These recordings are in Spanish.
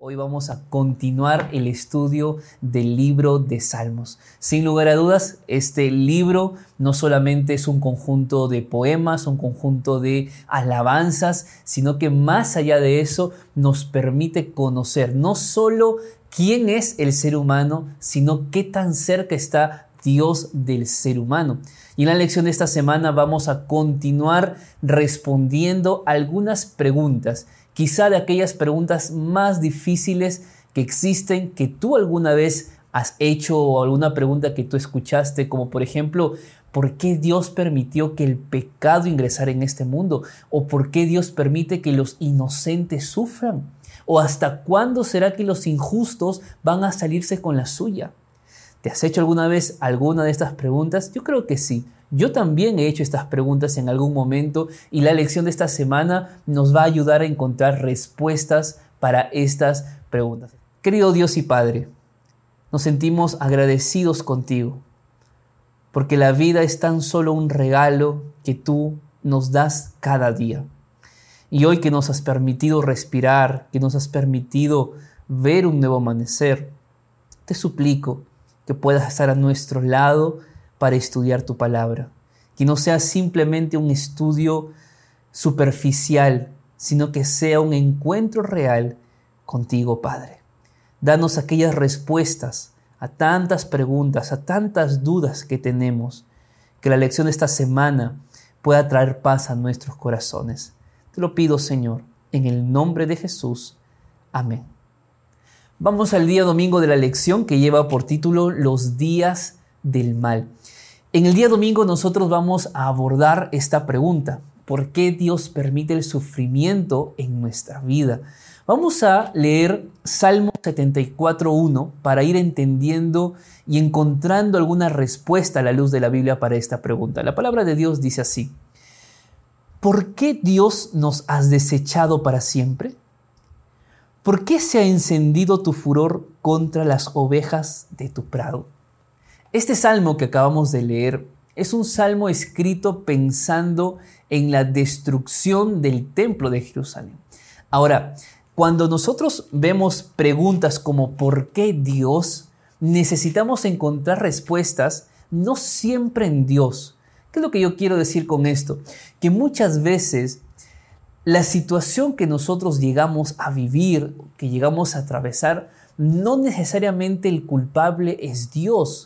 Hoy vamos a continuar el estudio del libro de Salmos. Sin lugar a dudas, este libro no solamente es un conjunto de poemas, un conjunto de alabanzas, sino que más allá de eso nos permite conocer no solo quién es el ser humano, sino qué tan cerca está Dios del ser humano. Y en la lección de esta semana vamos a continuar respondiendo algunas preguntas, quizá de aquellas preguntas más difíciles que existen, que tú alguna vez has hecho, o alguna pregunta que tú escuchaste, como por ejemplo, ¿por qué Dios permitió que el pecado ingresara en este mundo? ¿O por qué Dios permite que los inocentes sufran? ¿O hasta cuándo será que los injustos van a salirse con la suya? ¿Te has hecho alguna vez alguna de estas preguntas? Yo creo que sí. Yo también he hecho estas preguntas en algún momento y la lección de esta semana nos va a ayudar a encontrar respuestas para estas preguntas. Querido Dios y Padre, nos sentimos agradecidos contigo porque la vida es tan solo un regalo que tú nos das cada día. Y hoy que nos has permitido respirar, que nos has permitido ver un nuevo amanecer, te suplico que puedas estar a nuestro lado para estudiar tu palabra. Que no sea simplemente un estudio superficial, sino que sea un encuentro real contigo, Padre. Danos aquellas respuestas a tantas preguntas, a tantas dudas que tenemos. Que la lección de esta semana pueda traer paz a nuestros corazones. Te lo pido, Señor, en el nombre de Jesús. Amén. Vamos al día domingo de la lección que lleva por título Los días del mal. En el día domingo nosotros vamos a abordar esta pregunta: ¿por qué Dios permite el sufrimiento en nuestra vida? Vamos a leer Salmo 74:1 para ir entendiendo y encontrando alguna respuesta a la luz de la Biblia para esta pregunta. La palabra de Dios dice así: ¿por qué Dios nos has desechado para siempre? ¿Por qué se ha encendido tu furor contra las ovejas de tu prado? Este salmo que acabamos de leer es un salmo escrito pensando en la destrucción del templo de Jerusalén. Ahora, cuando nosotros vemos preguntas como ¿por qué Dios?, necesitamos encontrar respuestas no siempre en Dios. ¿Qué es lo que yo quiero decir con esto? Que muchas veces la situación que nosotros llegamos a vivir, que llegamos a atravesar, no necesariamente el culpable es Dios.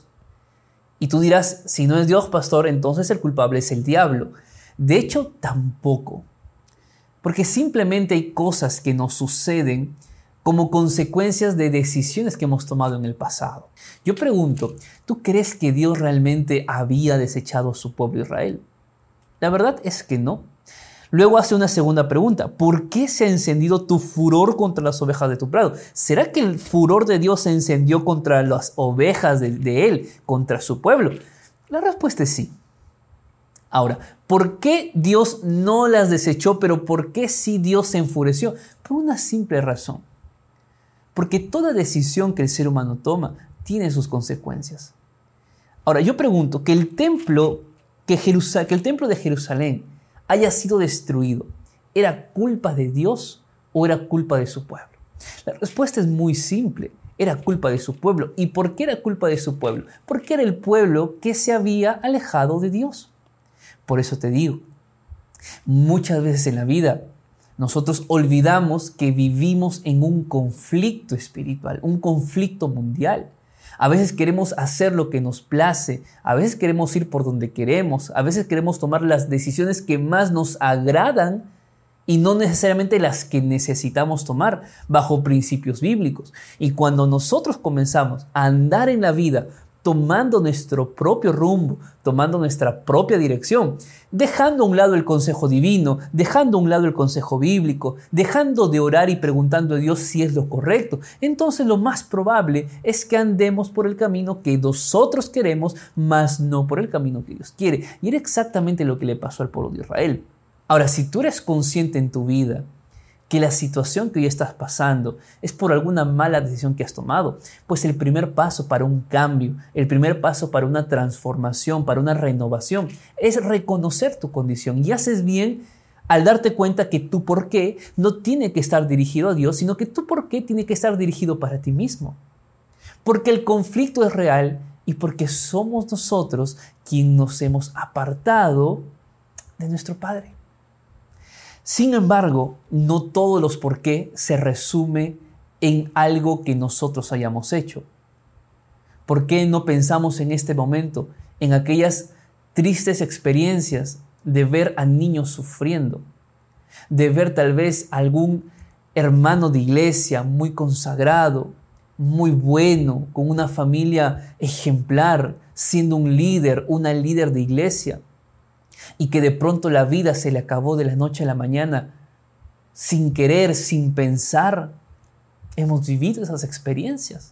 Y tú dirás, si no es Dios, pastor, entonces el culpable es el diablo. De hecho, tampoco. Porque simplemente hay cosas que nos suceden como consecuencias de decisiones que hemos tomado en el pasado. Yo pregunto, ¿tú crees que Dios realmente había desechado a su pueblo Israel? La verdad es que no. Luego hace una segunda pregunta: ¿por qué se ha encendido tu furor contra las ovejas de tu prado? ¿Será que el furor de Dios se encendió contra las ovejas de Él, contra su pueblo? La respuesta es sí. Ahora, ¿por qué Dios no las desechó, pero por qué sí Dios se enfureció? Por una simple razón. Porque toda decisión que el ser humano toma tiene sus consecuencias. Ahora, yo pregunto, que el templo de Jerusalén haya sido destruido, ¿era culpa de Dios o era culpa de su pueblo? La respuesta es muy simple: era culpa de su pueblo. ¿Y por qué era culpa de su pueblo? Porque era el pueblo que se había alejado de Dios. Por eso te digo, muchas veces en la vida nosotros olvidamos que vivimos en un conflicto espiritual, un conflicto mundial. A veces queremos hacer lo que nos place, a veces queremos ir por donde queremos, a veces queremos tomar las decisiones que más nos agradan y no necesariamente las que necesitamos tomar bajo principios bíblicos. Y cuando nosotros comenzamos a andar en la vida tomando nuestro propio rumbo, tomando nuestra propia dirección, dejando a un lado el consejo divino, dejando a un lado el consejo bíblico, dejando de orar y preguntando a Dios si es lo correcto, entonces lo más probable es que andemos por el camino que nosotros queremos, mas no por el camino que Dios quiere. Y era exactamente lo que le pasó al pueblo de Israel. Ahora, si tú eres consciente en tu vida que la situación que hoy estás pasando es por alguna mala decisión que has tomado, pues el primer paso para un cambio, el primer paso para una transformación, para una renovación, es reconocer tu condición. Y haces bien Al darte cuenta que tu por qué no tiene que estar dirigido a Dios, sino que tu por qué tiene que estar dirigido para ti mismo. Porque el conflicto es real y porque somos nosotros quienes nos hemos apartado de nuestro Padre. Sin embargo, no todos los por qué se resume en algo que nosotros hayamos hecho. ¿Por qué no pensamos en este momento en aquellas tristes experiencias de ver a niños sufriendo, de ver tal vez algún hermano de iglesia muy consagrado, muy bueno, con una familia ejemplar, siendo un líder, una líder de iglesia, y que de pronto la vida se le acabó de la noche a la mañana, sin querer, sin pensar? Hemos vivido esas experiencias.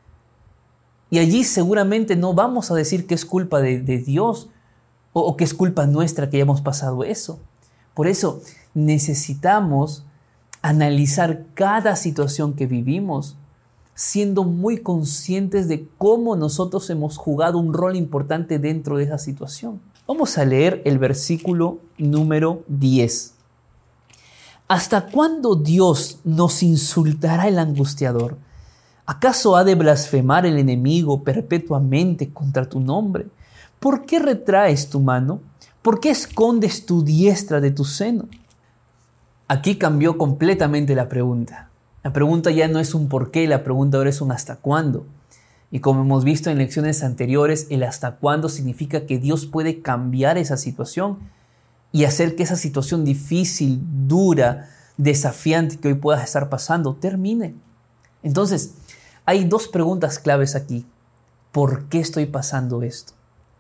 Y allí seguramente no vamos a decir que es culpa de Dios o que es culpa nuestra que hayamos pasado eso. Por eso necesitamos analizar cada situación que vivimos, siendo muy conscientes de cómo nosotros hemos jugado un rol importante dentro de esa situación. Vamos a leer el versículo número 10. ¿Hasta cuándo Dios nos insultará el angustiador? ¿Acaso ha de blasfemar el enemigo perpetuamente contra tu nombre? ¿Por qué retraes tu mano? ¿Por qué escondes tu diestra de tu seno? Aquí cambió completamente la pregunta. La pregunta ya no es un por qué, la pregunta ahora es un hasta cuándo. Y como hemos visto en lecciones anteriores, el hasta cuándo significa que Dios puede cambiar esa situación y hacer que esa situación difícil, dura, desafiante que hoy puedas estar pasando, termine. Entonces, hay dos preguntas claves aquí. ¿Por qué estoy pasando esto?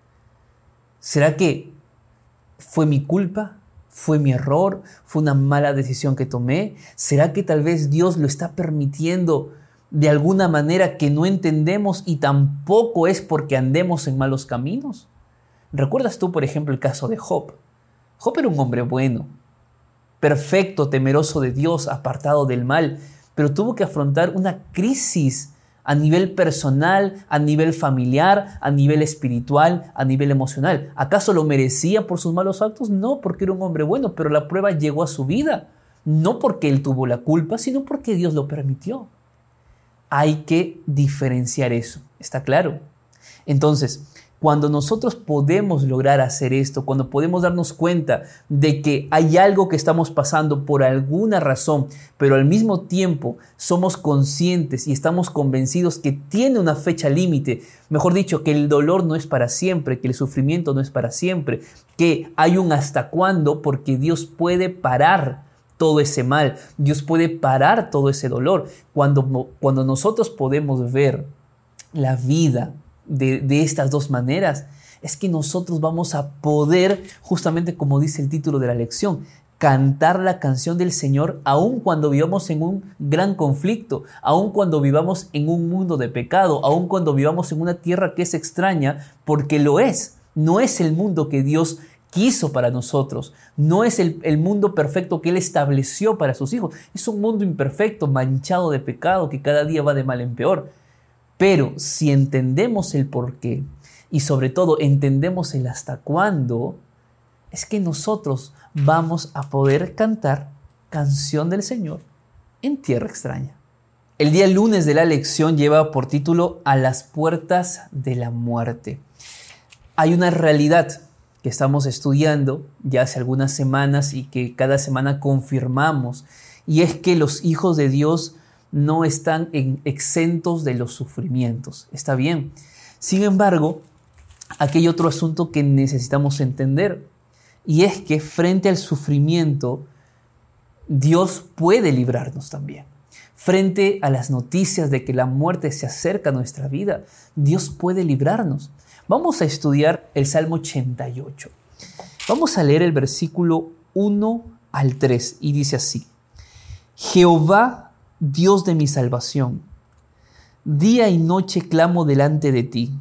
¿Será que fue mi culpa? ¿Fue mi error? ¿Fue una mala decisión que tomé? ¿Será que tal vez Dios lo está permitiendo de alguna manera que no entendemos y tampoco es porque andemos en malos caminos? ¿Recuerdas tú, por ejemplo, el caso de Job? Job era un hombre bueno, perfecto, temeroso de Dios, apartado del mal, pero tuvo que afrontar una crisis a nivel personal, a nivel familiar, a nivel espiritual, a nivel emocional. ¿Acaso lo merecía por sus malos actos? No, porque era un hombre bueno, pero la prueba llegó a su vida. No porque él tuvo la culpa, sino porque Dios lo permitió. Hay que diferenciar eso, ¿está claro? Entonces, cuando nosotros podemos lograr hacer esto, cuando podemos darnos cuenta de que hay algo que estamos pasando por alguna razón, pero al mismo tiempo somos conscientes y estamos convencidos que tiene una fecha límite, mejor dicho, que el dolor no es para siempre, que el sufrimiento no es para siempre, que hay un hasta cuándo, porque Dios puede parar todo ese mal, Dios puede parar todo ese dolor. Cuando nosotros podemos ver la vida de estas dos maneras, es que nosotros vamos a poder, justamente como dice el título de la lección, cantar la canción del Señor aun cuando vivamos en un gran conflicto, aun cuando vivamos en un mundo de pecado, aun cuando vivamos en una tierra que es extraña, porque lo es. No es el mundo que Dios quiso para nosotros, no es el mundo perfecto que Él estableció para sus hijos. Es un mundo imperfecto, manchado de pecado, que cada día va de mal en peor. Pero si entendemos el porqué y sobre todo entendemos el hasta cuándo, es que nosotros vamos a poder cantar canción del Señor en tierra extraña. El día lunes de la lección lleva por título A las puertas de la muerte. Hay una realidad que estamos estudiando ya hace algunas semanas y que cada semana confirmamos, y es que los hijos de Dios no están exentos de los sufrimientos. Está bien. Sin embargo, aquí hay otro asunto que necesitamos entender, y es que frente al sufrimiento, Dios puede librarnos también. Frente a las noticias de que la muerte se acerca a nuestra vida, Dios puede librarnos. Vamos a estudiar el Salmo 88. Vamos a leer el versículo 1 al 3 y dice así: Jehová, Dios de mi salvación, día y noche clamo delante de ti.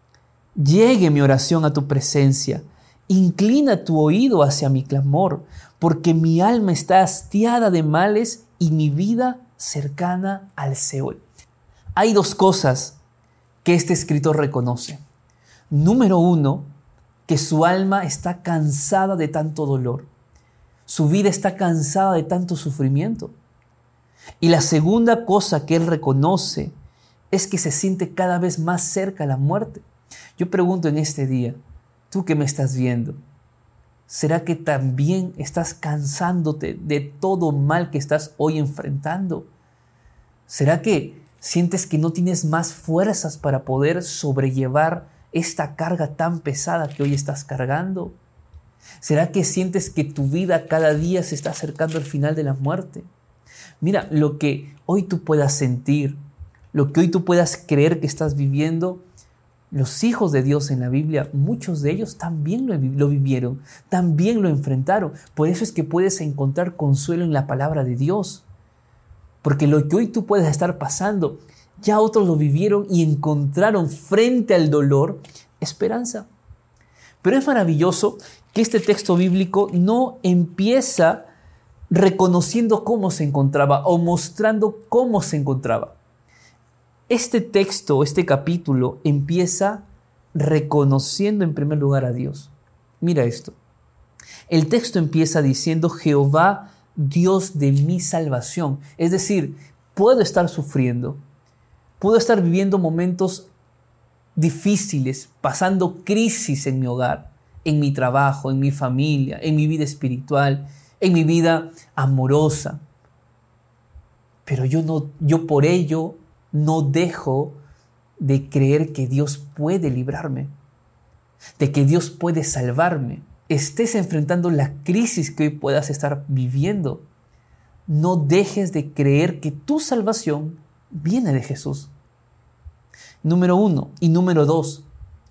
Llegue mi oración a tu presencia, inclina tu oído hacia mi clamor, porque mi alma está hastiada de males y mi vida cercana al Seol. Hay dos cosas que este escritor reconoce. Número uno, que su alma está cansada de tanto dolor. Su vida está cansada de tanto sufrimiento. Y la segunda cosa que él reconoce es que se siente cada vez más cerca a la muerte. Yo pregunto en este día, tú que me estás viendo, ¿será que también estás cansándote de todo mal que estás hoy enfrentando? ¿Será que sientes que no tienes más fuerzas para poder sobrellevar esta carga tan pesada que hoy estás cargando? ¿Será que sientes que tu vida cada día se está acercando al final de la muerte? Mira, lo que hoy tú puedas sentir, lo que hoy tú puedas creer que estás viviendo, los hijos de Dios en la Biblia, muchos de ellos también lo vivieron, también lo enfrentaron. Por eso es que puedes encontrar consuelo en la palabra de Dios. Porque lo que hoy tú puedes estar pasando, ya otros lo vivieron y encontraron frente al dolor esperanza. Pero es maravilloso que este texto bíblico no empieza reconociendo cómo se encontraba o mostrando cómo se encontraba. Este texto, este capítulo, empieza reconociendo en primer lugar a Dios. Mira esto. El texto empieza diciendo: Jehová, Dios de mi salvación. Es decir, puedo estar sufriendo, puedo estar viviendo momentos difíciles, pasando crisis en mi hogar, en mi trabajo, en mi familia, en mi vida espiritual, en mi vida amorosa. Pero yo por ello no dejo de creer que Dios puede librarme, de que Dios puede salvarme. Estés enfrentando la crisis que hoy puedas estar viviendo, no dejes de creer que tu salvación viene de Jesús. Número 1 y número 2.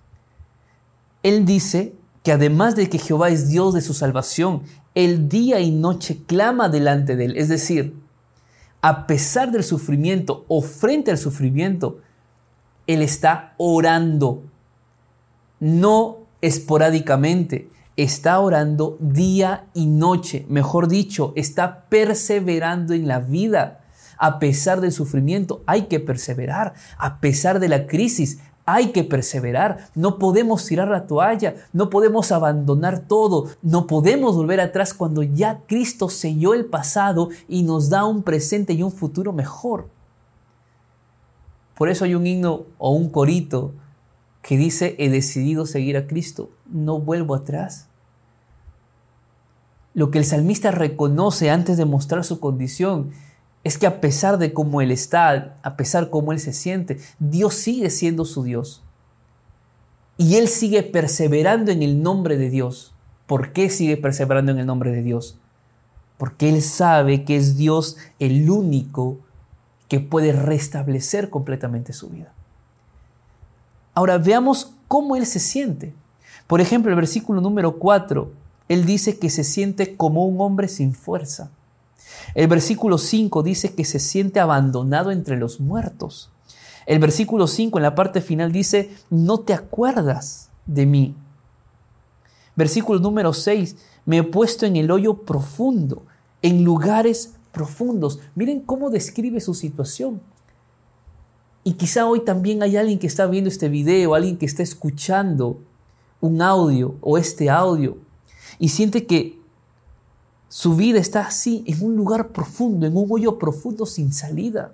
Él dice que además de que Jehová es Dios de su salvación, el día y noche clama delante de él. Es decir, a pesar del sufrimiento o frente al sufrimiento, él está orando. No esporádicamente, está orando día y noche. Mejor dicho, está perseverando en la vida. A pesar del sufrimiento, hay que perseverar. A pesar de la crisis, hay que perseverar. No podemos tirar la toalla, no podemos abandonar todo, no podemos volver atrás cuando ya Cristo selló el pasado y nos da un presente y un futuro mejor. Por eso hay un himno o un corito que dice: he decidido seguir a Cristo, no vuelvo atrás. Lo que el salmista reconoce antes de mostrar su condición es que a pesar de cómo él está, a pesar de cómo él se siente, Dios sigue siendo su Dios. Y él sigue perseverando en el nombre de Dios. ¿Por qué sigue perseverando en el nombre de Dios? Porque él sabe que es Dios el único que puede restablecer completamente su vida. Ahora veamos cómo él se siente. Por ejemplo, el versículo número 4, él dice que se siente como un hombre sin fuerza. El versículo 5 dice que se siente abandonado entre los muertos. El versículo 5 en la parte final dice: no te acuerdas de mí. Versículo número 6, me he puesto en el hoyo profundo, en lugares profundos. Miren cómo describe su situación. Y quizá hoy también hay alguien que está viendo este video, alguien que está escuchando un audio o este audio y siente que su vida está así, en un lugar profundo, en un hoyo profundo sin salida.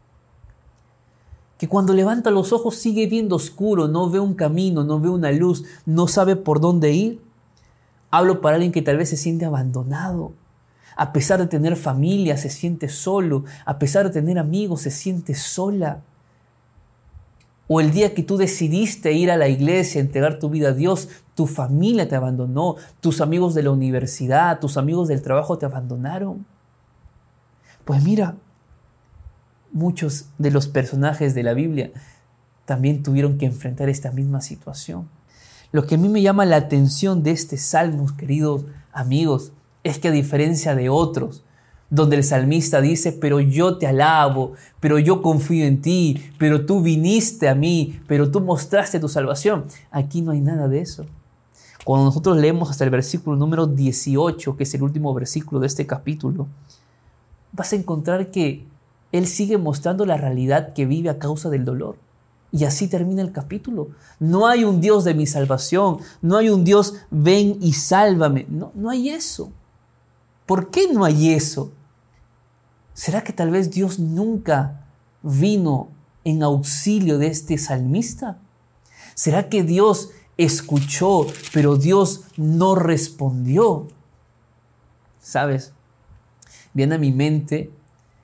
Que cuando levanta los ojos sigue viendo oscuro, no ve un camino, no ve una luz, no sabe por dónde ir. Hablo para alguien que tal vez se siente abandonado. A pesar de tener familia, se siente solo. A pesar de tener amigos, se siente sola. O el día que tú decidiste ir a la iglesia, entregar tu vida a Dios, tu familia te abandonó, tus amigos de la universidad, tus amigos del trabajo te abandonaron. Pues mira, muchos de los personajes de la Biblia también tuvieron que enfrentar esta misma situación. Lo que a mí me llama la atención de este salmo, queridos amigos, es que a diferencia de otros, donde el salmista dice: pero yo te alabo, pero yo confío en ti, pero tú viniste a mí, pero tú mostraste tu salvación. Aquí no hay nada de eso. Cuando nosotros leemos hasta el versículo número 18, que es el último versículo de este capítulo, vas a encontrar que él sigue mostrando la realidad que vive a causa del dolor. Y así termina el capítulo. No hay un Dios de mi salvación, no hay un Dios ven y sálvame. No hay eso. ¿Por qué no hay eso? ¿Será que tal vez Dios nunca vino en auxilio de este salmista? ¿Será que Dios escuchó, pero Dios no respondió? ¿Sabes? Viene a mi mente,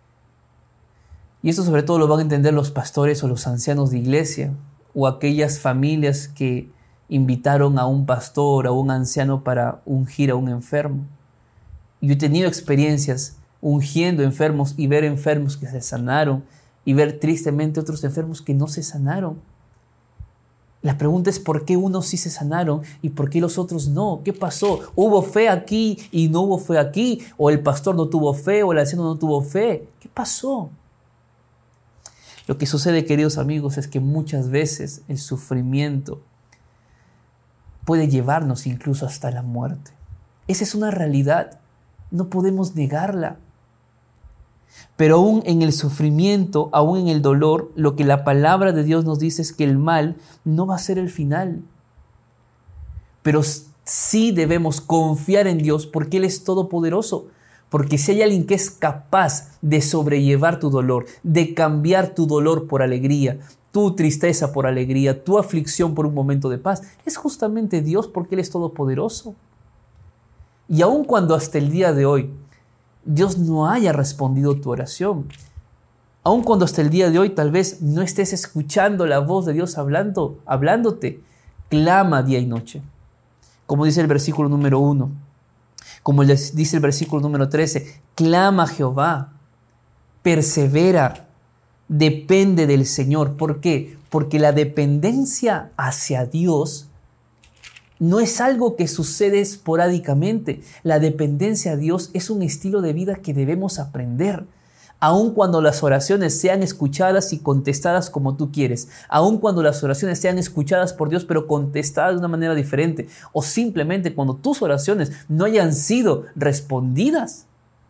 y esto sobre todo lo van a entender los pastores o los ancianos de iglesia, o aquellas familias que invitaron a un pastor o a un anciano para ungir a un enfermo. Yo he tenido experiencias ungiendo enfermos y ver enfermos que se sanaron y ver tristemente otros enfermos que no se sanaron. La pregunta es ¿por qué unos sí se sanaron y por qué los otros no? ¿Qué pasó? ¿Hubo fe aquí y no hubo fe aquí? ¿O el pastor no tuvo fe o el anciano no tuvo fe? ¿Qué pasó? Lo que sucede, queridos amigos, es que muchas veces el sufrimiento puede llevarnos incluso hasta la muerte. Esa es una realidad, no podemos negarla. Pero aún en el sufrimiento, aún en el dolor, lo que la palabra de Dios nos dice es que el mal no va a ser el final. Pero sí debemos confiar en Dios porque Él es todopoderoso. Porque si hay alguien que es capaz de sobrellevar tu dolor, de cambiar tu dolor por alegría, tu tristeza por alegría, tu aflicción por un momento de paz, es justamente Dios porque Él es todopoderoso. Y aun cuando hasta el día de hoy Dios no haya respondido tu oración, aun cuando hasta el día de hoy tal vez no estés escuchando la voz de Dios hablándote, clama día y noche. Como dice el versículo número 1. Como dice el versículo número 13, clama a Jehová, persevera, depende del Señor. ¿Por qué? Porque la dependencia hacia Dios no es algo que sucede esporádicamente. La dependencia a Dios es un estilo de vida que debemos aprender. Aun cuando las oraciones sean escuchadas y contestadas como tú quieres, aun cuando las oraciones sean escuchadas por Dios pero contestadas de una manera diferente, o simplemente cuando tus oraciones no hayan sido respondidas,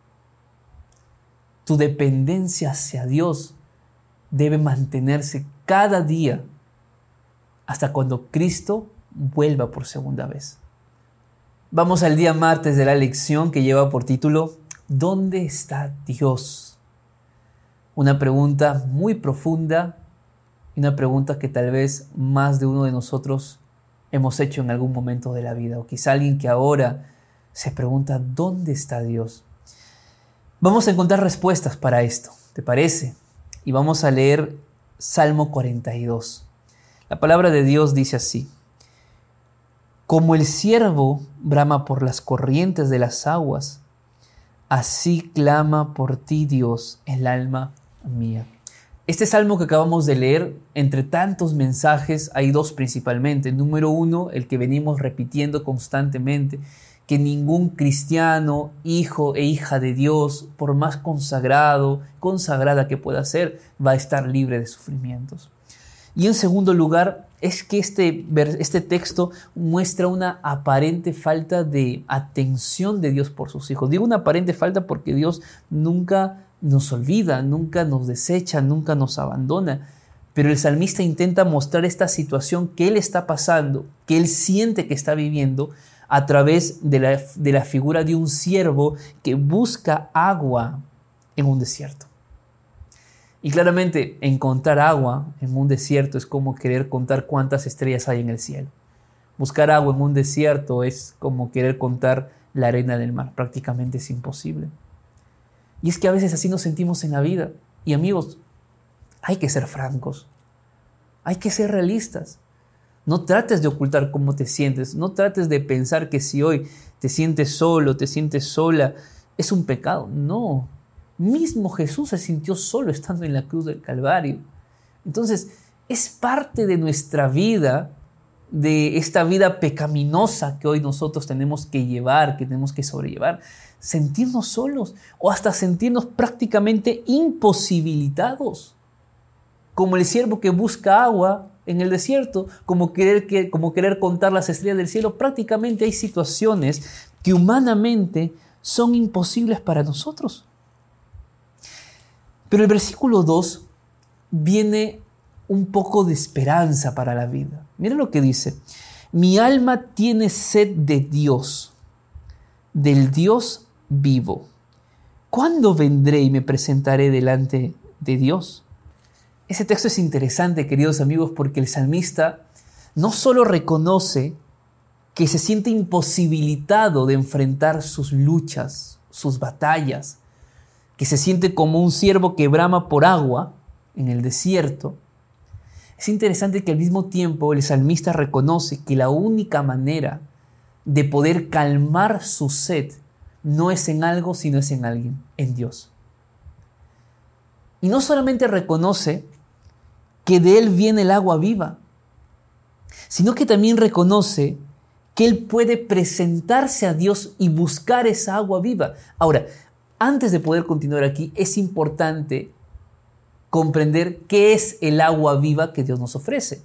tu dependencia hacia Dios debe mantenerse cada día hasta cuando Cristo vuelva por segunda vez. Vamos al día martes de la lección que lleva por título ¿Dónde está Dios? Una pregunta muy profunda y una pregunta que tal vez más de uno de nosotros hemos hecho en algún momento de la vida, o quizá alguien que ahora se pregunta ¿dónde está Dios? Vamos a encontrar respuestas para esto, ¿te parece? Y vamos a leer Salmo 42. La palabra de Dios dice así: Como el ciervo brama por las corrientes de las aguas, así clama por ti, Dios, el alma mía. Este salmo que acabamos de leer, entre tantos mensajes, hay dos principalmente. Número 1, el que venimos repitiendo constantemente, que ningún cristiano, hijo e hija de Dios, por más consagrada que pueda ser, va a estar libre de sufrimientos. Y en segundo lugar, es que este texto muestra una aparente falta de atención de Dios por sus hijos. Digo una aparente falta porque Dios nunca nos olvida, nunca nos desecha, nunca nos abandona. Pero el salmista intenta mostrar esta situación que él está pasando, que él siente que está viviendo, a través de la figura de un siervo que busca agua en un desierto. Y claramente encontrar agua en un desierto es como querer contar cuántas estrellas hay en el cielo. Buscar agua en un desierto es como querer contar la arena del mar. Prácticamente es imposible. Y es que a veces así nos sentimos en la vida. Y amigos, hay que ser francos. Hay que ser realistas. No trates de ocultar cómo te sientes. No trates de pensar que si hoy te sientes solo, te sientes sola, es un pecado. No. Mismo Jesús se sintió solo estando en la cruz del Calvario. Entonces, es parte de nuestra vida, de esta vida pecaminosa que hoy nosotros tenemos que llevar, que tenemos que sobrellevar, sentirnos solos o hasta sentirnos prácticamente imposibilitados. Como el siervo que busca agua en el desierto, como querer contar las estrellas del cielo. Prácticamente hay situaciones que humanamente son imposibles para nosotros. Pero el versículo 2 viene un poco de esperanza para la vida. Mira lo que dice: mi alma tiene sed de Dios, del Dios vivo. ¿Cuándo vendré y me presentaré delante de Dios? Ese texto es interesante, queridos amigos, porque el salmista no solo reconoce que se siente imposibilitado de enfrentar sus luchas, sus batallas, que se siente como un ciervo que brama por agua en el desierto. Es interesante que al mismo tiempo el salmista reconoce que la única manera de poder calmar su sed no es en algo, sino es en alguien, en Dios. Y no solamente reconoce que de Él viene el agua viva, sino que también reconoce que Él puede presentarse a Dios y buscar esa agua viva. Ahora, antes de poder continuar aquí, es importante comprender qué es el agua viva que Dios nos ofrece.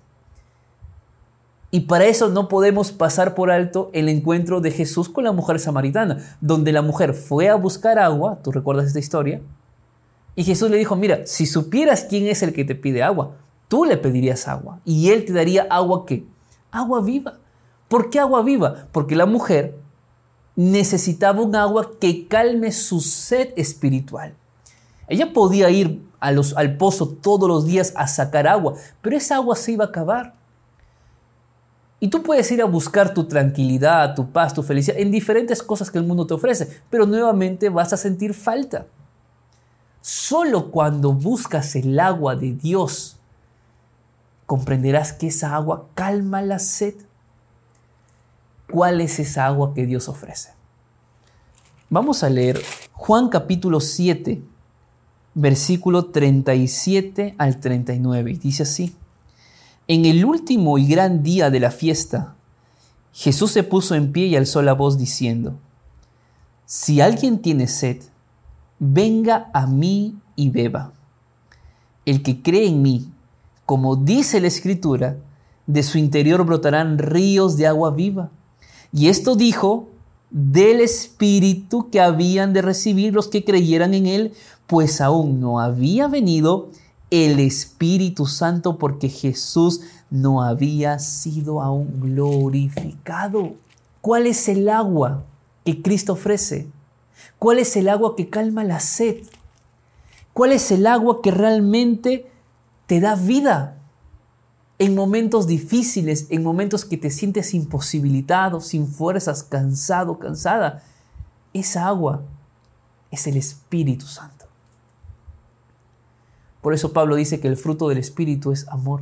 Y para eso no podemos pasar por alto el encuentro de Jesús con la mujer samaritana, donde la mujer fue a buscar agua, ¿tú recuerdas esta historia? Y Jesús le dijo, mira, si supieras quién es el que te pide agua, tú le pedirías agua y Él te daría agua ¿qué? Agua viva. ¿Por qué agua viva? Porque la mujer necesitaba un agua que calme su sed espiritual. Ella podía ir al pozo todos los días a sacar agua, pero esa agua se iba a acabar. Y tú puedes ir a buscar tu tranquilidad, tu paz, tu felicidad en diferentes cosas que el mundo te ofrece, pero nuevamente vas a sentir falta. Solo cuando buscas el agua de Dios, comprenderás que esa agua calma la sed. ¿Cuál es esa agua que Dios ofrece? Vamos a leer Juan capítulo 7, versículo 37 al 39. Y dice así: En el último y gran día de la fiesta, Jesús se puso en pie y alzó la voz diciendo: Si alguien tiene sed, venga a mí y beba. El que cree en mí, como dice la Escritura, de su interior brotarán ríos de agua viva. Y esto dijo del Espíritu que habían de recibir los que creyeran en Él, pues aún no había venido el Espíritu Santo porque Jesús no había sido aún glorificado. ¿Cuál es el agua que Cristo ofrece? ¿Cuál es el agua que calma la sed? ¿Cuál es el agua que realmente te da vida en momentos difíciles, en momentos que te sientes imposibilitado, sin fuerzas, cansado, cansada? Esa agua es el Espíritu Santo. Por eso Pablo dice que el fruto del Espíritu es amor.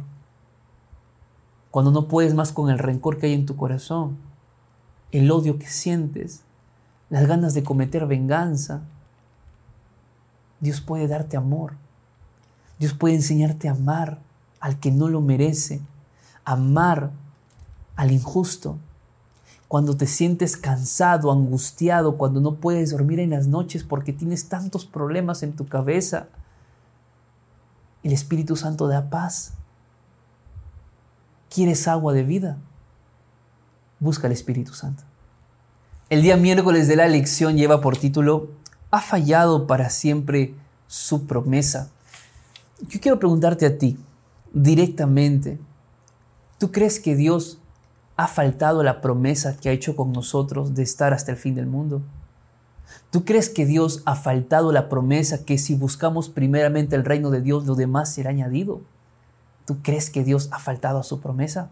Cuando no puedes más con el rencor que hay en tu corazón, el odio que sientes, las ganas de cometer venganza, Dios puede darte amor. Dios puede enseñarte a amar al que no lo merece, amar al injusto. Cuando te sientes cansado, angustiado, cuando no puedes dormir en las noches porque tienes tantos problemas en tu cabeza, el Espíritu Santo da paz. ¿Quieres agua de vida? Busca el Espíritu Santo. El día miércoles de la lección lleva por título ¿Ha fallado para siempre su promesa? Yo quiero preguntarte a ti directamente, ¿tú crees que Dios ha faltado la promesa que ha hecho con nosotros de estar hasta el fin del mundo? ¿Tú crees que Dios ha faltado la promesa que si buscamos primeramente el reino de Dios, lo demás será añadido? ¿Tú crees que Dios ha faltado a su promesa?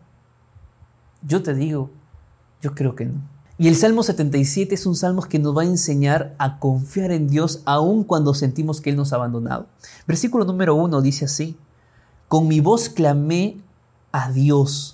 Yo te digo, yo creo que no. Y el Salmo 77 es un salmo que nos va a enseñar a confiar en Dios aun cuando sentimos que Él nos ha abandonado. Versículo número 1 dice así: Con mi voz clamé a Dios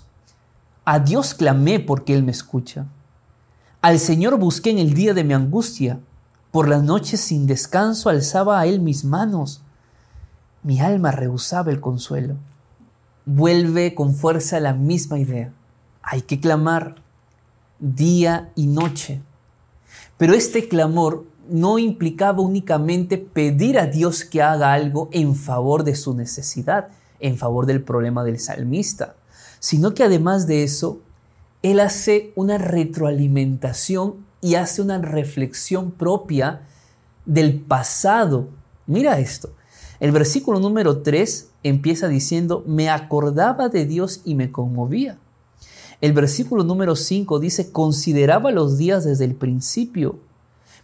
clamé porque Él me escucha. Al Señor busqué en el día de mi angustia, por las noches sin descanso alzaba a Él mis manos. Mi alma rehusaba el consuelo. Vuelve con fuerza la misma idea. Hay que clamar día y noche. Pero este clamor no implicaba únicamente pedir a Dios que haga algo en favor de su necesidad, en favor del problema del salmista, sino que además de eso, Él hace una retroalimentación y hace una reflexión propia del pasado. Mira esto. El versículo número 3 empieza diciendo: me acordaba de Dios y me conmovía. El versículo número 5 dice: consideraba los días desde el principio,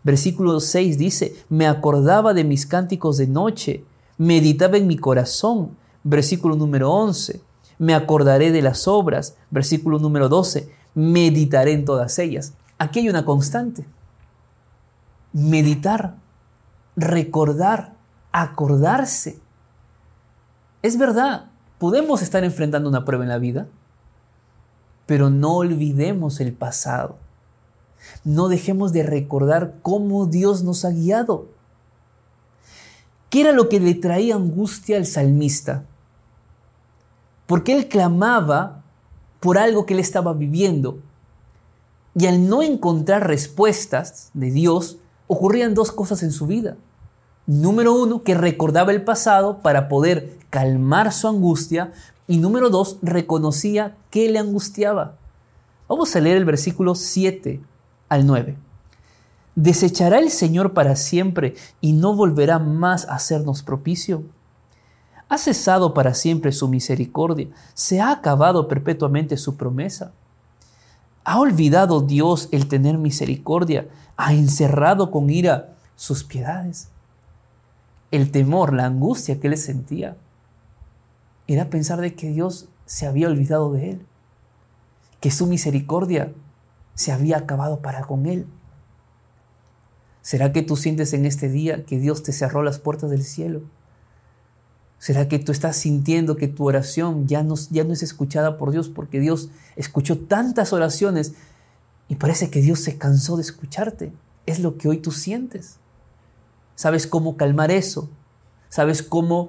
Versículo 6 dice, me acordaba de mis cánticos de noche, meditaba en mi corazón. Versículo número 11, me acordaré de las obras. Versículo número 12, meditaré en todas ellas. Aquí hay una constante. Meditar, recordar, acordarse. Es verdad, podemos estar enfrentando una prueba en la vida, pero no olvidemos el pasado. No dejemos de recordar cómo Dios nos ha guiado. ¿Qué era lo que le traía angustia al salmista? Porque él clamaba por algo que él estaba viviendo. Y al no encontrar respuestas de Dios, ocurrían dos cosas en su vida. Número uno, que recordaba el pasado para poder calmar su angustia. Y número dos, reconocía que le angustiaba. Vamos a leer el versículo 7 al 9. ¿Desechará el Señor para siempre y no volverá más a hacernos propicio? ¿Ha cesado para siempre su misericordia? ¿Se ha acabado perpetuamente su promesa? ¿Ha olvidado Dios el tener misericordia? ¿Ha encerrado con ira sus piedades? El temor, la angustia que él sentía, era pensar de que Dios se había olvidado de él, que su misericordia se había acabado para con él. ¿Será que tú sientes en este día que Dios te cerró las puertas del cielo? ¿Será que tú estás sintiendo que tu oración ya no es escuchada por Dios porque Dios escuchó tantas oraciones y parece que Dios se cansó de escucharte? Es lo que hoy tú sientes. ¿Sabes cómo calmar eso? ¿Sabes cómo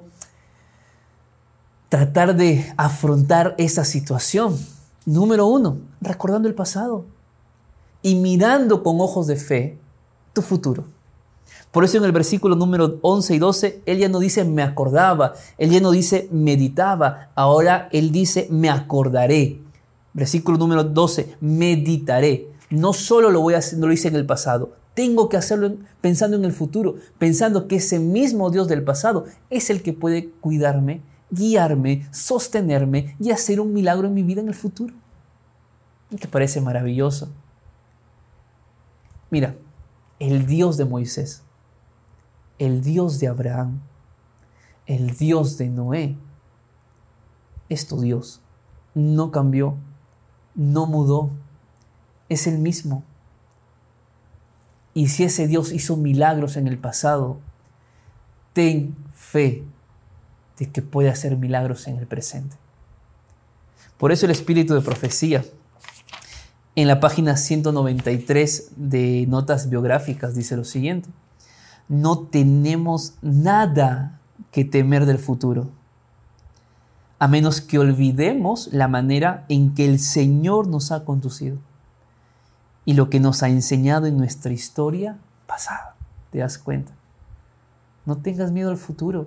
tratar de afrontar esa situación? Número uno, recordando el pasado y mirando con ojos de fe tu futuro. Por eso en el versículo número 11 y 12, él ya no dice me acordaba, él ya no dice meditaba, ahora él dice me acordaré. Versículo número 12, meditaré. No solo lo voy a hacer, no lo hice en el pasado, tengo que hacerlo pensando en el futuro, pensando que ese mismo Dios del pasado es el que puede cuidarme, guiarme, sostenerme y hacer un milagro en mi vida en el futuro. ¿No te parece maravilloso? Mira, el Dios de Moisés, el Dios de Abraham, el Dios de Noé, es tu Dios. No cambió, no mudó, es el mismo. Y si ese Dios hizo milagros en el pasado, ten fe de que puede hacer milagros en el presente. Por eso el espíritu de profecía, en la página 193 de Notas Biográficas, dice lo siguiente: no tenemos nada que temer del futuro, a menos que olvidemos la manera en que el Señor nos ha conducido y lo que nos ha enseñado en nuestra historia pasada. ¿Te das cuenta? No tengas miedo al futuro.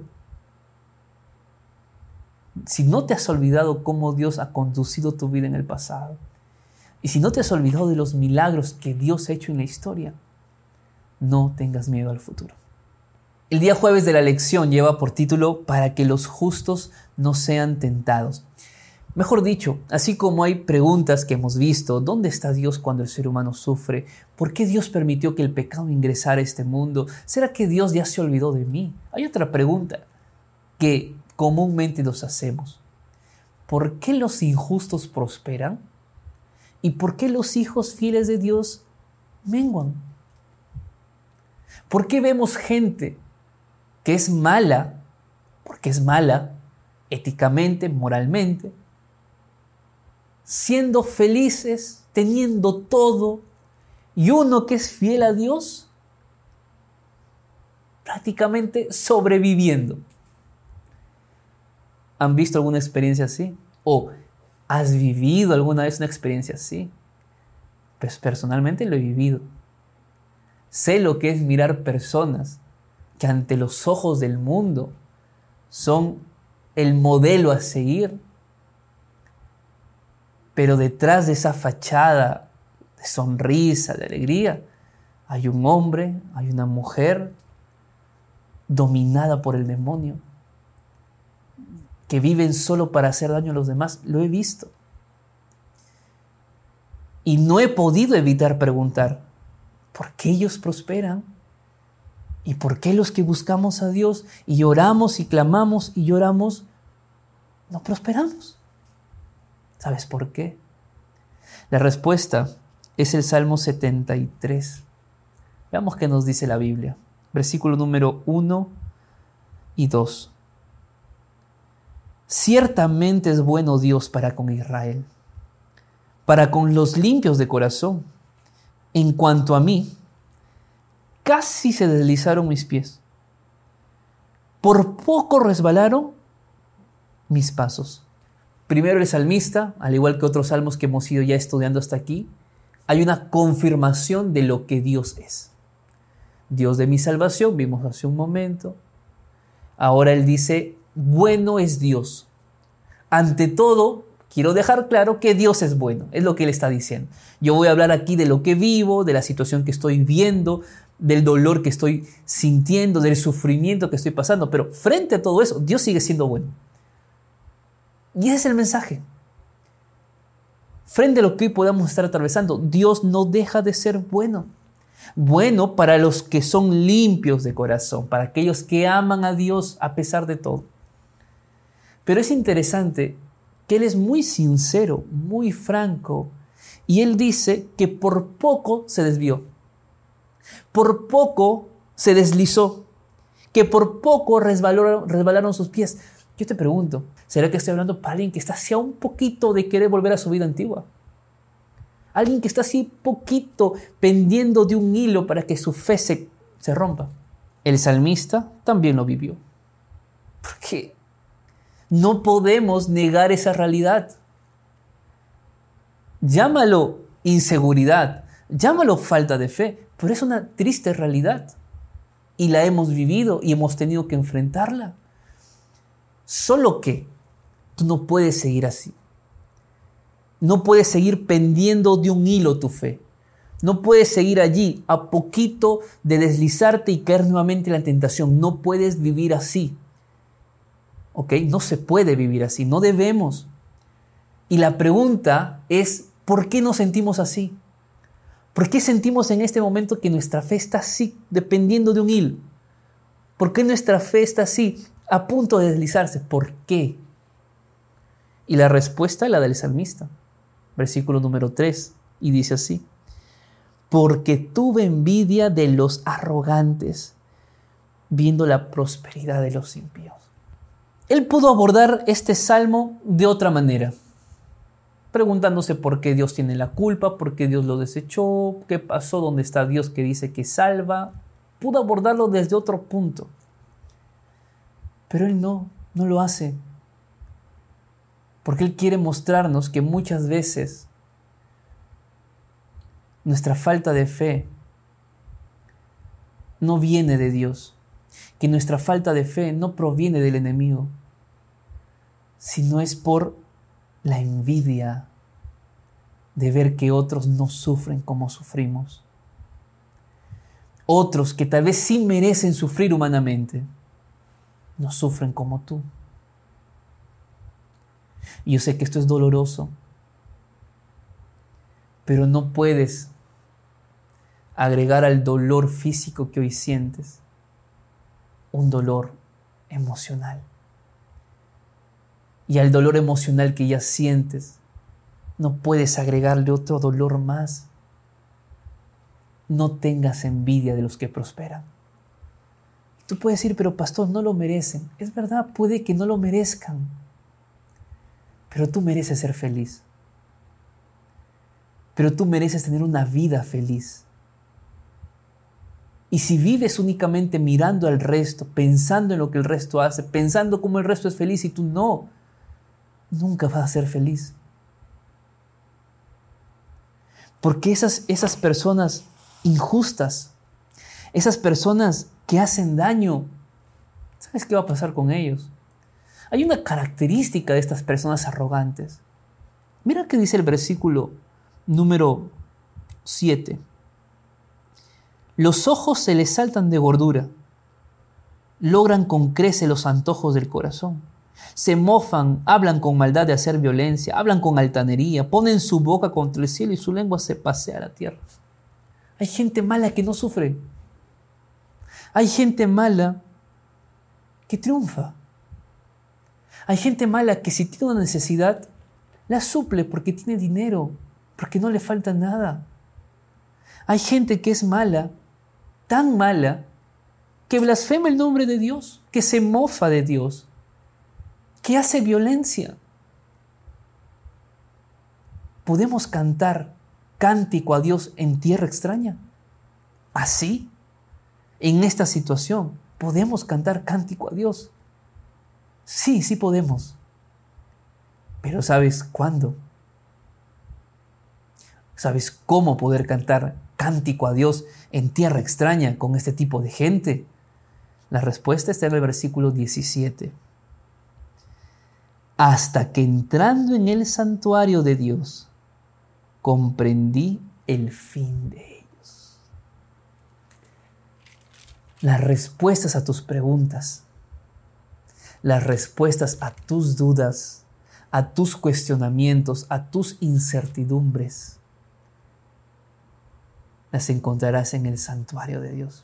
Si no te has olvidado cómo Dios ha conducido tu vida en el pasado, y si no te has olvidado de los milagros que Dios ha hecho en la historia, no tengas miedo al futuro. El día jueves de la lección lleva por título para que los justos no sean tentados. Mejor dicho, así como hay preguntas que hemos visto, ¿dónde está Dios cuando el ser humano sufre? ¿Por qué Dios permitió que el pecado ingresara a este mundo? ¿Será que Dios ya se olvidó de mí? Hay otra pregunta que comúnmente nos hacemos. ¿Por qué los injustos prosperan? ¿Y por qué los hijos fieles de Dios menguan? ¿Por qué vemos gente que es mala, porque es mala éticamente, moralmente, siendo felices, teniendo todo, y uno que es fiel a Dios, prácticamente sobreviviendo? ¿Han visto alguna experiencia así? ¿O has vivido alguna vez una experiencia así? Pues personalmente lo he vivido. Sé lo que es mirar personas que ante los ojos del mundo son el modelo a seguir, pero detrás de esa fachada de sonrisa, de alegría, hay un hombre, hay una mujer dominada por el demonio, que viven solo para hacer daño a los demás. Lo he visto. Y no he podido evitar preguntar, ¿por qué ellos prosperan? ¿Y por qué los que buscamos a Dios y oramos y clamamos y lloramos no prosperamos? ¿Sabes por qué? La respuesta es el Salmo 73. Veamos qué nos dice la Biblia. Versículo número 1 y 2. Ciertamente es bueno Dios para con Israel, para con los limpios de corazón. En cuanto a mí, casi se deslizaron mis pies. Por poco resbalaron mis pasos. Primero el salmista, al igual que otros salmos que hemos ido ya estudiando hasta aquí, hay una confirmación de lo que Dios es. Dios de mi salvación, vimos hace un momento. Ahora él dice, bueno es Dios. Ante todo, quiero dejar claro que Dios es bueno, es lo que él está diciendo. Yo voy a hablar aquí de lo que vivo, de la situación que estoy viendo, del dolor que estoy sintiendo, del sufrimiento que estoy pasando, pero frente a todo eso, Dios sigue siendo bueno. Y ese es el mensaje. Frente a lo que hoy podamos estar atravesando, Dios no deja de ser bueno. Bueno para los que son limpios de corazón, para aquellos que aman a Dios a pesar de todo. Pero es interesante que Él es muy sincero, muy franco, y Él dice que por poco se desvió, por poco se deslizó, que por poco resbalaron sus pies. Yo te pregunto, ¿será que estoy hablando para alguien que está hacia un poquito de querer volver a su vida antigua? Alguien que está así poquito pendiendo de un hilo para que su fe se rompa. El salmista también lo vivió. Porque no podemos negar esa realidad. Llámalo inseguridad, llámalo falta de fe, pero es una triste realidad. Y la hemos vivido y hemos tenido que enfrentarla. Solo que tú no puedes seguir así. No puedes seguir pendiendo de un hilo tu fe. No puedes seguir allí a poquito de deslizarte y caer nuevamente en la tentación. No puedes vivir así. ¿Ok? No se puede vivir así. No debemos. Y la pregunta es, ¿por qué nos sentimos así? ¿Por qué sentimos en este momento que nuestra fe está así, dependiendo de un hilo? ¿Por qué nuestra fe está así, a punto de deslizarse? ¿Por qué? Y la respuesta es la del salmista. Versículo número 3, y dice así: porque tuve envidia de los arrogantes, viendo la prosperidad de los impíos. Él pudo abordar este salmo de otra manera, preguntándose por qué Dios tiene la culpa, por qué Dios lo desechó, qué pasó, dónde está Dios que dice que salva. Pudo abordarlo desde otro punto, pero él no lo hace. Porque Él quiere mostrarnos que muchas veces nuestra falta de fe no viene de Dios, que nuestra falta de fe no proviene del enemigo, sino es por la envidia de ver que otros no sufren como sufrimos. Otros que tal vez sí merecen sufrir humanamente, no sufren como tú. Y yo sé que esto es doloroso, pero no puedes agregar al dolor físico que hoy sientes un dolor emocional. Y al dolor emocional que ya sientes, no puedes agregarle otro dolor más. No tengas envidia de los que prosperan. Tú puedes decir, pero pastor, no lo merecen. Es verdad, puede que no lo merezcan. Pero tú mereces ser feliz. Pero tú mereces tener una vida feliz. Y si vives únicamente mirando al resto, pensando en lo que el resto hace, pensando cómo el resto es feliz y tú no, nunca vas a ser feliz. Porque esas personas injustas, esas personas que hacen daño, ¿sabes qué va a pasar con ellos? Hay una característica de estas personas arrogantes. Mira qué dice el versículo número 7. Los ojos se les saltan de gordura, logran con crece los antojos del corazón. Se mofan, hablan con maldad de hacer violencia, hablan con altanería, ponen su boca contra el cielo y su lengua se pasea a la tierra. Hay gente mala que no sufre. Hay gente mala que triunfa. Hay gente mala que si tiene una necesidad, la suple porque tiene dinero, porque no le falta nada. Hay gente que es mala, tan mala, que blasfema el nombre de Dios, que se mofa de Dios, que hace violencia. ¿Podemos cantar cántico a Dios en tierra extraña? Así, en esta situación, ¿podemos cantar cántico a Dios? Sí, sí podemos. Pero ¿sabes cuándo? ¿Sabes cómo poder cantar cántico a Dios en tierra extraña con este tipo de gente? La respuesta está en el versículo 17. Hasta que entrando en el santuario de Dios, comprendí el fin de ellos. Las respuestas a tus preguntas, las respuestas a tus dudas, a tus cuestionamientos, a tus incertidumbres, las encontrarás en el santuario de Dios.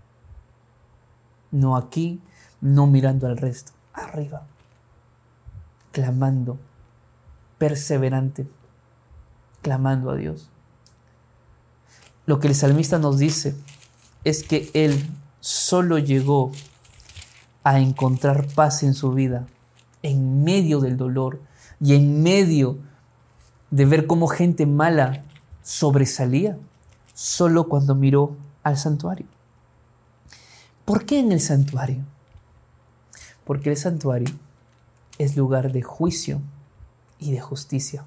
No aquí, no mirando al resto, arriba, clamando, perseverante, clamando a Dios. Lo que el salmista nos dice es que él solo llegó a encontrar paz en su vida en medio del dolor y en medio de ver cómo gente mala sobresalía, solo cuando miró al santuario. ¿Por qué en el santuario? Porque el santuario es lugar de juicio y de justicia.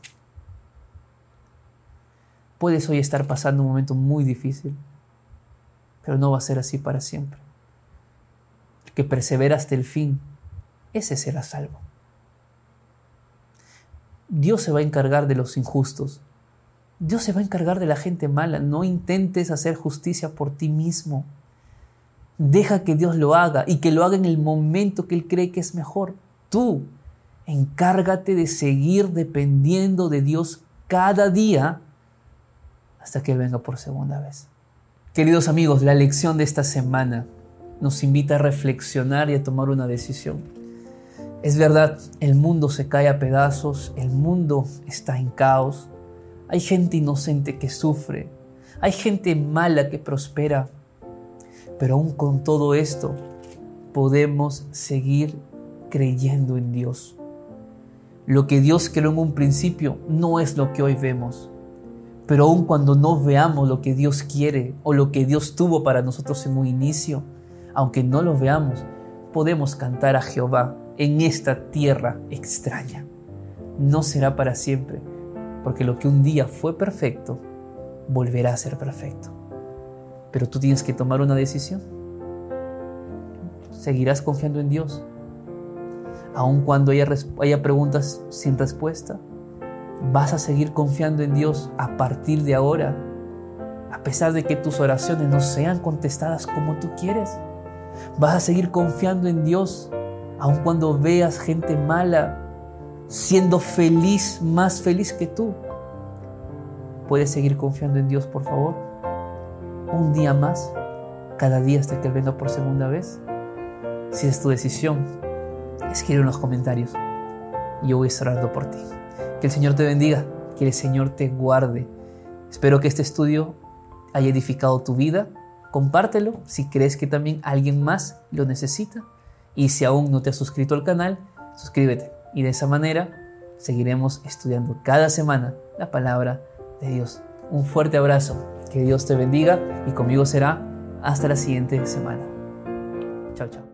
Puedes hoy estar pasando un momento muy difícil, pero no va a ser así para siempre. El que persevera hasta el fin, ese será salvo. Dios se va a encargar de los injustos. Dios se va a encargar de la gente mala. No intentes hacer justicia por ti mismo. Deja que Dios lo haga y que lo haga en el momento que Él cree que es mejor. Tú encárgate de seguir dependiendo de Dios cada día hasta que Él venga por segunda vez. Queridos amigos, la lección de esta semana nos invita a reflexionar y a tomar una decisión. Es verdad, el mundo se cae a pedazos, el mundo está en caos. Hay gente inocente que sufre, hay gente mala que prospera. Pero aún con todo esto, podemos seguir creyendo en Dios. Lo que Dios creó en un principio no es lo que hoy vemos. Pero aún cuando no veamos lo que Dios quiere o lo que Dios tuvo para nosotros en un inicio, aunque no lo veamos, podemos cantar a Jehová en esta tierra extraña. No será para siempre, porque lo que un día fue perfecto, volverá a ser perfecto. Pero tú tienes que tomar una decisión. ¿Seguirás confiando en Dios? Aun cuando haya preguntas sin respuesta, ¿vas a seguir confiando en Dios a partir de ahora? A pesar de que tus oraciones no sean contestadas como tú quieres. ¿Vas a seguir confiando en Dios aun cuando veas gente mala siendo feliz, más feliz que tú? ¿Puedes seguir confiando en Dios, por favor? Un día más, cada día hasta que Él venga por segunda vez. Si es tu decisión, escribe en los comentarios. Yo voy a estar orando por ti. Que el Señor te bendiga, que el Señor te guarde. Espero que este estudio haya edificado tu vida. Compártelo si crees que también alguien más lo necesita. Y si aún no te has suscrito al canal, suscríbete. Y de esa manera seguiremos estudiando cada semana la palabra de Dios. Un fuerte abrazo. Que Dios te bendiga y conmigo será hasta la siguiente semana. Chao, chao.